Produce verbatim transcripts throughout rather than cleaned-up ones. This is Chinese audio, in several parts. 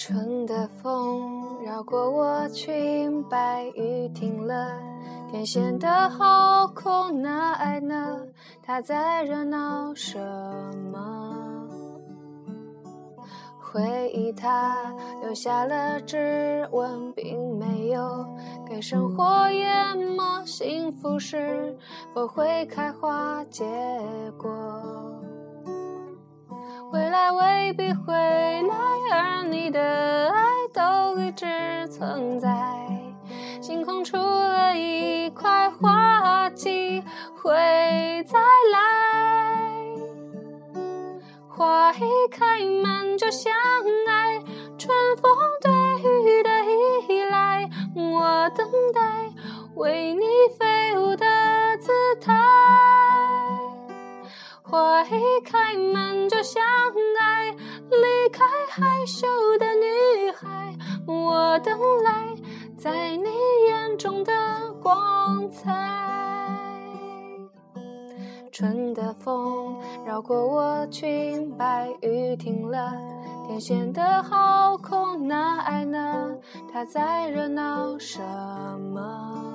春的风绕过我裙，白雨停了，天显得好空，那爱呢？它在热闹什么？回忆它留下了指纹，并没有给生活淹没。幸福是否会开花结果？未来未必会来，而你的爱都一直存在。星空出了一块花季会再来，花一开满就相爱，春风对雨的依赖，我等待为你飞舞的姿态。花一开满就相爱，离开害羞的女孩，我等来在你眼中的光彩。春的风绕过我裙，白雨停了，天显得好空，那爱呢？它在热闹什么？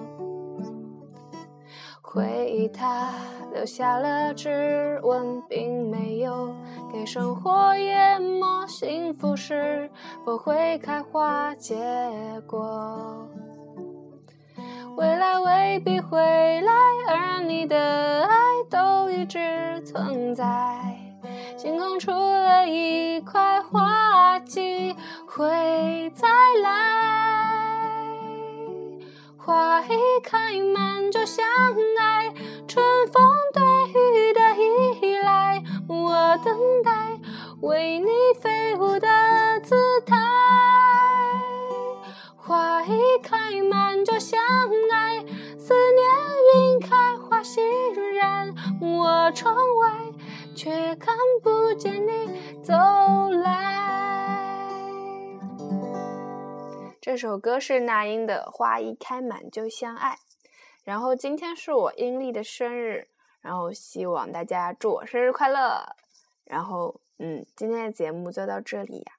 回忆它留下了指纹，并没有给生活淹没。幸福是否会开花结果？未来未必会来，而你的爱都一直存在。星空出了一块花季会再来，花一开满就相爱，春风对雨的依赖，我等待为你飞舞的姿态。花一开满就相爱，思念晕开花欣然，我窗外却看不见你走来。这首歌是那英的《花一开满就相爱》。然后今天是我阴历的生日，然后希望大家祝我生日快乐。然后嗯，今天的节目就到这里呀。